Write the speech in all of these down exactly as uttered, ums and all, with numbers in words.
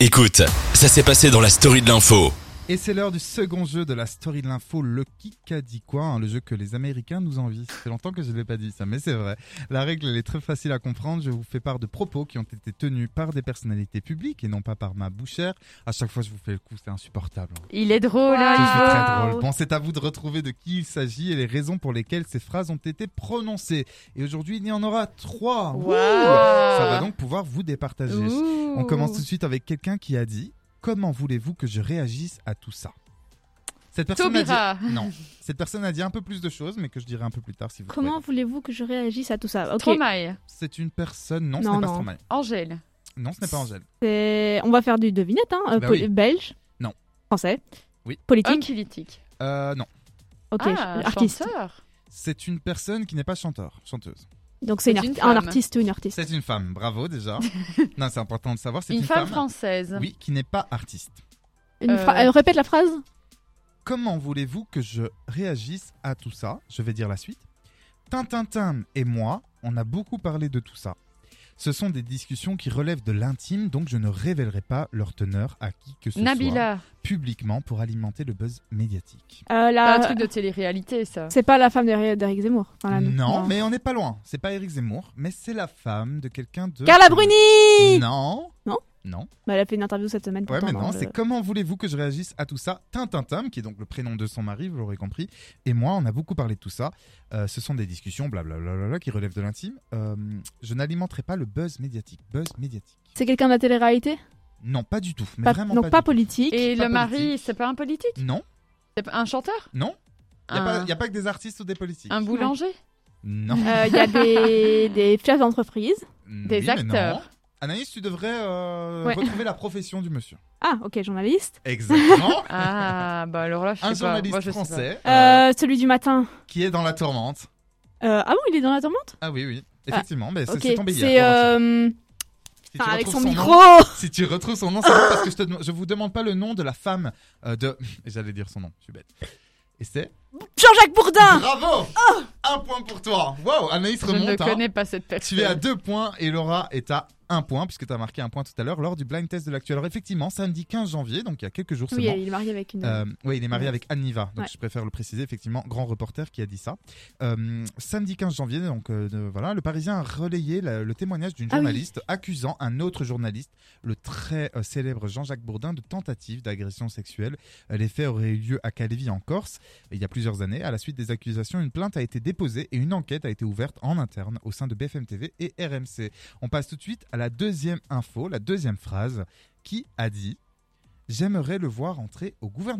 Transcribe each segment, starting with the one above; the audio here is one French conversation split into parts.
Écoute, ça s'est passé dans la story de l'info. Et c'est l'heure du second jeu de la story de l'info, le qui qu'a dit quoi, hein, le jeu que les Américains nous envient. Ça fait longtemps que je ne l'ai pas dit ça, mais c'est vrai. La règle, elle est très facile à comprendre. Je vous fais part de propos qui ont été tenus par des personnalités publiques et non pas par ma bouchère. À chaque fois, je vous fais le coup, c'est insupportable. Il est drôle, hein, Je suis Ivo. très drôle. Bon, c'est à vous de retrouver de qui il s'agit et les raisons pour lesquelles ces phrases ont été prononcées. Et aujourd'hui, il y en aura trois. Wow. Ça va donc pouvoir vous départager. Ouh. On commence tout de suite avec quelqu'un qui a dit « Comment voulez-vous que je réagisse à tout ça ?» Cette personne Taubira. a dit... Non, cette personne a dit un peu plus de choses, mais que je dirai un peu plus tard si vous Comment souhaitez. voulez-vous que je réagisse à tout ça? Ok. Stromae. C'est une personne... Non, Non, ce n'est pas non. Stromae. Angèle. Non, ce n'est pas Angèle. C'est- On va faire du devinette, hein. Euh, Bah pol- oui. Belge. Non. Français. Oui. Homme Politique. politique. Euh, non. Ok. Ah, Artiste. chanteur. C'est une personne qui n'est pas chanteur, chanteuse. Donc c'est C'est une une art- un femme. artiste ou une artiste. C'est une femme, bravo déjà. Non, c'est important de savoir. C'est Une, une, femme, française. Oui, qui n'est pas artiste. Une Euh, fra- euh, répète la phrase. Comment voulez-vous que je réagisse à tout ça? Je vais dire la suite. Tintintin et moi, on a beaucoup parlé de tout ça. Ce sont des discussions qui relèvent de l'intime, donc je ne révélerai pas leur teneur à qui que ce soit Nabila. publiquement pour alimenter le buzz médiatique. Euh, C'est la- un truc de télé-réalité, ça. C'est pas la femme d'Eri- d'Éric Zemmour. Enfin, la- non, mais on n'est pas loin. C'est pas Éric Zemmour, mais c'est la femme de quelqu'un de... Carla Bruni. Non. Non Non. Bah, elle a fait une interview cette semaine. Ouais, pourtant, mais dans non, le- c'est comment voulez-vous que je réagisse à tout ça? Tintintin, qui est donc le prénom de son mari, vous l'aurez compris. Et moi, on a beaucoup parlé de tout ça. Euh, ce sont des discussions, blablabla, qui relèvent de l'intime. Euh, je n'alimenterai pas le buzz médiatique. Buzz médiatique. C'est quelqu'un de la télé-réalité. Non, pas du tout. Mais Pas- vraiment donc pas, pas du tout. politique. Et Pas le mari, politique. c'est pas un politique? Non, C'est pas un chanteur? non. Il n'y a, Un- pas- y a pas que des artistes ou des politiques. Un boulanger? Non. Euh, Il y a des, des chefs d'entreprise. des Oui, mais acteurs. non. Anaïs, tu devrais euh, Ouais. retrouver la profession du monsieur. Ah, ok, journaliste. Exactement. Ah, bah alors là, je sais Un pas. journaliste Moi, je sais pas. français euh, Euh, celui du matin. qui est dans la tourmente. Euh, ah bon, il est dans la tourmente. Ah oui, oui. Effectivement, mais c'est Ok. c'est tombé hier. C'est pour votre- euh... Si tu enfin, avec retrouves son nom- micro. Si tu retrouves son nom, c'est bon parce que je, te, dem- je vous demande pas le nom de la femme euh, de. J'allais dire son nom, je suis bête. Et c'est. Jean-Jacques Bourdin. Bravo. Un point pour toi. Wow, Anaïs Je ne remonte. hein. connais pas cette personne. Tu es à deux points et Laura est à un point puisque tu as marqué un point tout à l'heure lors du blind test de l'actu. Alors effectivement, samedi quinze janvier, donc il y a quelques jours Oui, seulement. il est marié avec une. Euh, oui, il est marié Ouais. avec Anne Niva, donc Ouais. je préfère le préciser, effectivement, grand reporter qui a dit ça. Euh, samedi quinze janvier, donc euh, de- voilà, le Parisien a relayé la- le témoignage d'une Ah oui. journaliste accusant un autre journaliste, le très euh, célèbre Jean-Jacques Bourdin, de tentative d'agression sexuelle. Euh, Les faits auraient eu lieu à Calvi en Corse il y a plusieurs années. À la suite des accusations, une plainte a été déposée et une enquête a été ouverte en interne au sein de B F M T V et R M C. On passe tout de suite à la deuxième info, la deuxième phrase, qui a dit « J'aimerais le voir entrer au gouvernement ».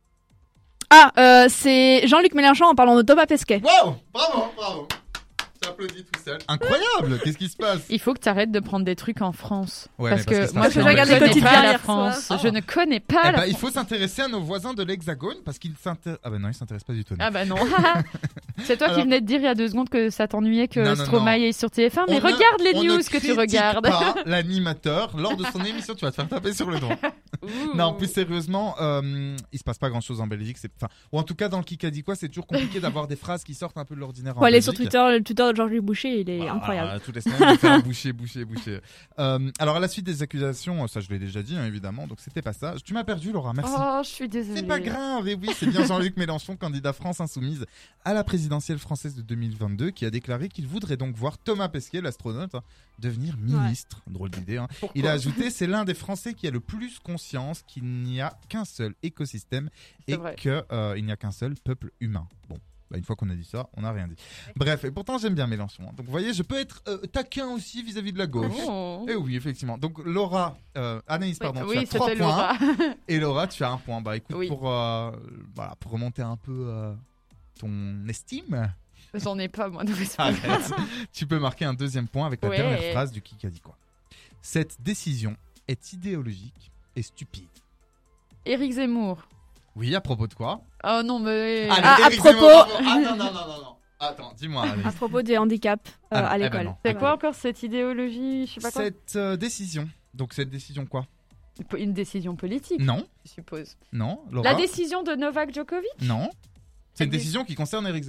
Ah, euh, c'est Jean-Luc Mélenchon en parlant de Thomas Pesquet. Wow, bravo, bravo. J'applaudis tout seul. Incroyable, qu'est-ce qui se passe? Il faut que tu arrêtes de prendre des trucs en France. Ouais, parce, mais parce que que c'est moi, un je film ne de connais quotidien pas la hier soir. France. Ah. Je ne connais pas Eh la ben, il France. faut s'intéresser à nos voisins de l'Hexagone parce qu'ils s'intéressent. Ah ben non, ils s'intéressent pas du tout. non. Ah bah non. C'est toi Alors- qui venais de dire il y a deux secondes que ça t'ennuyait que Non, non, Stromae non. est sur T F un. Mais On ne- regarde les on news ne que tu critique regardes. pas l'animateur lors de son émission, tu vas te faire taper sur le doigt. Ouh. Non, plus sérieusement, euh, il se passe pas grand chose en Belgique. C'est, enfin, ou en tout cas dans le Kikadi quoi, c'est toujours compliqué d'avoir des phrases qui sortent un peu de l'ordinaire. Faut en aller sur Belgique. Twitter, le Twitter de Georges Boucher, il est Voilà, incroyable. Toutes les semaines, je vais faire boucher, boucher, boucher. Euh, alors à la suite des accusations, ça je l'ai déjà dit hein, évidemment, donc c'était pas ça. Tu m'as perdu Laura, merci. Oh, je suis désolée. C'est pas grave, et oui, c'est bien Jean-Luc Mélenchon, candidat France Insoumise à la présidentielle française de deux mille vingt-deux, qui a déclaré qu'il voudrait donc voir Thomas Pesquet, l'astronaute, hein, devenir ministre. Drôle d'idée. Hein. Pourquoi Il a ajouté, c'est l'un des Français qui a le plus conscience qu'il n'y a qu'un seul écosystème C'est et vrai. qu'il euh, n'y a qu'un seul peuple humain. Bon. Bah, une fois qu'on a dit ça, on n'a rien dit. Bref, et pourtant j'aime bien Mélenchon. hein. Donc vous voyez, je peux être euh, taquin aussi vis-à-vis de la gauche. Oh. Et oui, effectivement. Donc Laura, euh, Anaïs, pardon, tu Oui, as trois c'était points. Laura. Et Laura, tu as un point. Bah écoute, Oui. pour, euh, voilà, pour remonter un peu euh, ton estime, J'en ai pas, moi. donc c'est pas grave. arrête. Tu peux marquer un deuxième point avec la Ouais. dernière phrase du qui a dit quoi. Cette décision est idéologique et stupide. Éric Zemmour. Oui, à propos de quoi? Oh non, mais. Allez, Ah, à Éric propos- Zemmour, bravo. Ah non, non, non, non, non. Attends, dis-moi. Anaïs. À propos des handicaps euh, Ah, à eh ben l'école. non. C'est quoi encore cette idéologie? Je sais pas quoi. Cette euh, décision. Donc cette décision quoi? Une décision politique, Non, je suppose. non, Laura. La décision de Novak Djokovic? Non. C'est une La dé- décision qui concerne Éric Zemmour.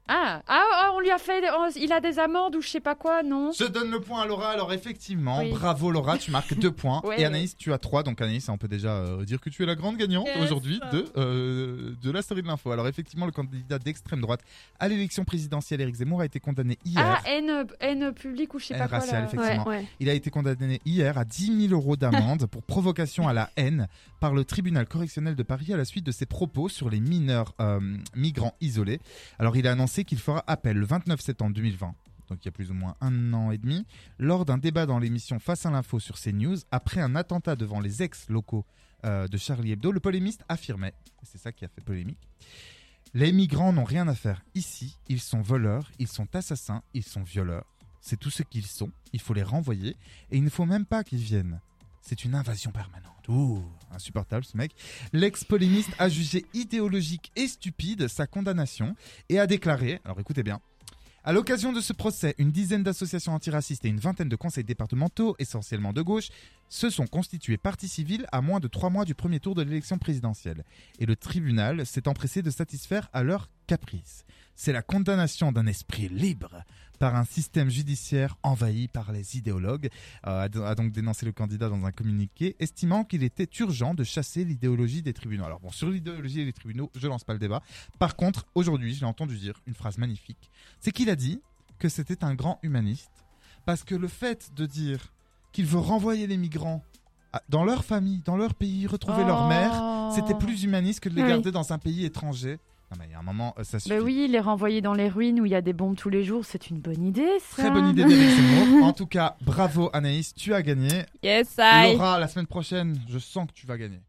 Ah, ah, ah, on lui a fait, oh, il a des amendes ou je sais pas quoi, non? Je donne le point à Laura. Alors effectivement, Oui. bravo Laura, tu marques deux points. Ouais. Et Anaïs, tu as trois. Donc Anaïs, on peut déjà euh, dire que tu es la grande gagnante Yes. aujourd'hui de, euh, de la story de l'info. Alors effectivement, le candidat d'extrême droite à l'élection présidentielle, Éric Zemmour, a été condamné hier. Ah, haine, haine publique ou je sais Haine pas quoi. raciale, là. effectivement. Ouais, ouais. Il a été condamné hier à dix mille euros d'amende pour provocation à la haine par le tribunal correctionnel de Paris à la suite de ses propos sur les mineurs euh, migrants isolés. Alors il a annoncé qu'il fera appel le vingt-neuf septembre deux mille vingt, donc il y a plus ou moins un an et demi, lors d'un débat dans l'émission Face à l'info sur CNews, après un attentat devant les ex-locaux euh, de Charlie Hebdo. Le polémiste affirmait, et c'est ça qui a fait polémique, les migrants n'ont rien à faire ici, ils sont voleurs, ils sont assassins, ils sont violeurs. C'est tout ce qu'ils sont, il faut les renvoyer et il ne faut même pas qu'ils viennent. C'est une invasion permanente. Ouh, insupportable ce mec. L'ex-polémiste a jugé idéologique et stupide sa condamnation et a déclaré, alors écoutez bien, à l'occasion de ce procès, une dizaine d'associations antiracistes et une vingtaine de conseils départementaux, essentiellement de gauche, se sont constitués partie civile à moins de trois mois du premier tour de l'élection présidentielle. Et le tribunal s'est empressé de satisfaire à leurs caprices. C'est la condamnation d'un esprit libre par un système judiciaire envahi par les idéologues, euh, a, a donc dénoncé le candidat dans un communiqué, estimant qu'il était urgent de chasser l'idéologie des tribunaux. Alors bon, sur l'idéologie des tribunaux, je lance pas le débat. Par contre, aujourd'hui, je l'ai entendu dire une phrase magnifique. C'est qu'il a dit que c'était un grand humaniste, parce que le fait de dire qu'il veut renvoyer les migrants à- dans leur famille, dans leur pays, retrouver leur Oh. mère, c'était plus humaniste que de les Oui. garder dans un pays étranger. Non mais il y a un moment, euh, ça suffit. Ben oui, les renvoyer dans les ruines où il y a des bombes tous les jours, c'est une bonne idée, ça. Très bonne idée d'Éric Zemmour. En tout cas, bravo Anaïs, tu as gagné. Yes, I. Laura, la semaine prochaine, je sens que tu vas gagner.